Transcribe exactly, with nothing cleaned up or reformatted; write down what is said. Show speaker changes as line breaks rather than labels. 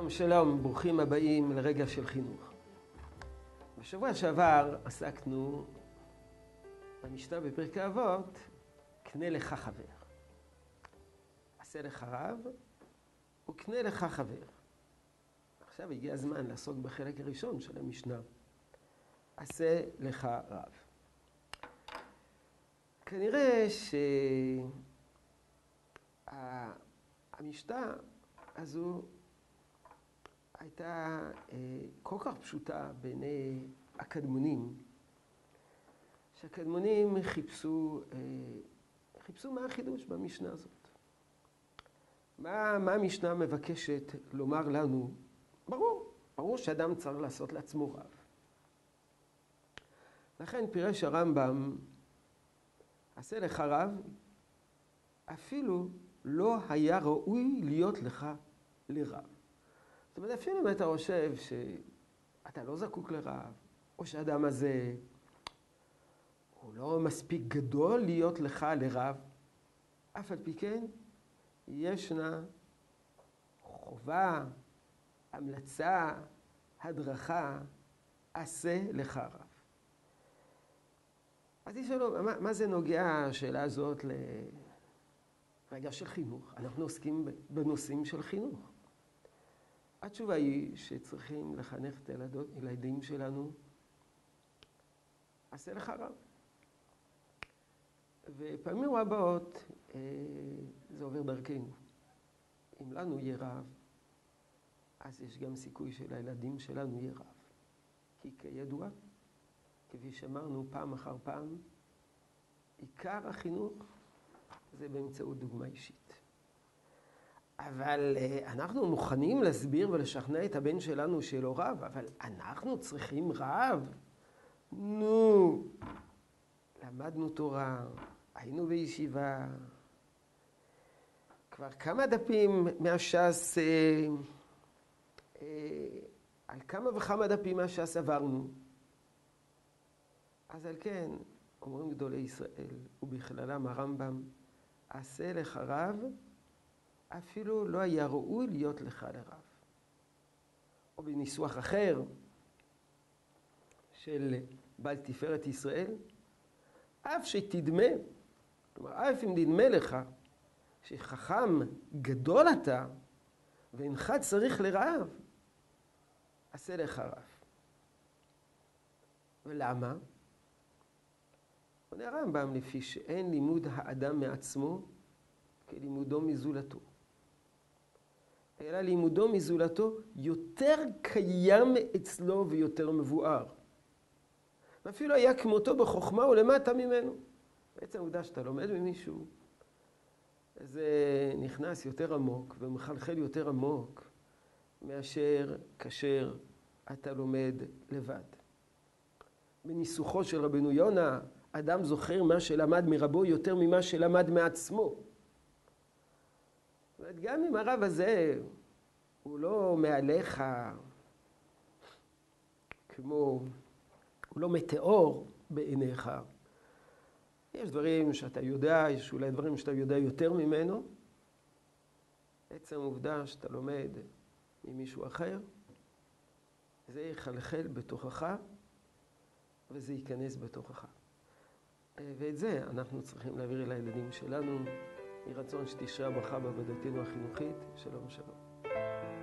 שלום שלום, ברוכים הבאים לרגע של חינוך. בשבוע שעבר עסקנו במשנה בפרקי אבות, קנה לך חבר. עשה לך רב וקנה לך חבר. עכשיו הגיע הזמן לעסוק בחלק הראשון של המשנה. עשה לך רב. כנראה שהמשנה הזו הייתה אה, כל כך פשוטה בעיני הקדמונים, שהקדמונים חיפשו, אה, חיפשו מה החידוש במשנה הזאת. מה, מה המשנה מבקשת לומר לנו? ברור, ברור שאדם צריך לעשות לעצמו רב. לכן פירש הרמב"ם, עשה לך רב, אפילו לא היה ראוי להיות לך לרב. זאת אומרת, אפילו אם אתה חושב שאתה לא זקוק לרב, או שהאדם הזה הוא לא מספיק גדול להיות לך לרב, אף על פי כן ישנה חובה, המלצה, הדרכה, עשה לך רב. אז תשאלו, מה, מה זה נוגע השאלה הזאת לרגע של חינוך? אנחנו עוסקים בנושאים של חינוך. התשובה היא שצריכים לחנך את הילדים שלנו, עשה לך רב. ופעמים רבות זה עובר דרכנו. אם לנו יהיה רב, אז יש גם סיכוי שלילדים שלנו יהיה רב. כי כידוע, כפי שאמרנו פעם אחר פעם, עיקר החינוך זה באמצעות דוגמה אישית. אבל אנחנו מוכנים להסביר ולשכנע את הבן שלנו שלא רב, אבל אנחנו צריכים רב? נו, למדנו תורה, היינו בישיבה, כבר כמה דפים מהש"ס, אה, אה, על כמה וכמה דפים מהש"ס עברנו. אז על כן, אומרים גדולי ישראל, ובכללם הרמב"ם, עשה לך רב, אפילו לא היה ראוי להיות לך לרב. או בניסוח אחר של בעל תפארת ישראל, אף שתדמה, כלומר, אף אם נדמה לך שחכם גדול אתה ואינך צריך לרב, עשה לך רב. ולמה? עונה הרמב"ם, לפי שאין לימוד האדם מעצמו כלימודו מזולתו. אלא לימודו מזולתו יותר קיים אצלו ויותר מבואר. ואפילו היה כמותו בחוכמה ולמטה ממנו. בעצם העובדה שאתה לומד ממישהו, זה נכנס יותר עמוק ומחלחל יותר עמוק מאשר כאשר אתה לומד לבד. בניסוחו של רבנו יונה, אדם זוכר מה שלמד מרבו יותר ממה שלמד מעצמו. גם אם הרב הזה הוא לא מעליך כמו, הוא לא מטאור בעיניך, יש דברים שאתה יודע, יש אולי דברים שאתה יודע יותר ממנו. עצם העובדה שאתה לומד ממישהו אחר, זה יחלחל בתוכך וזה ייכנס בתוכך. ואת זה אנחנו צריכים להעביר אל הילדים שלנו. יהי רצון שתשרה ברכה בעבודתנו החינוכית. שלום שלום.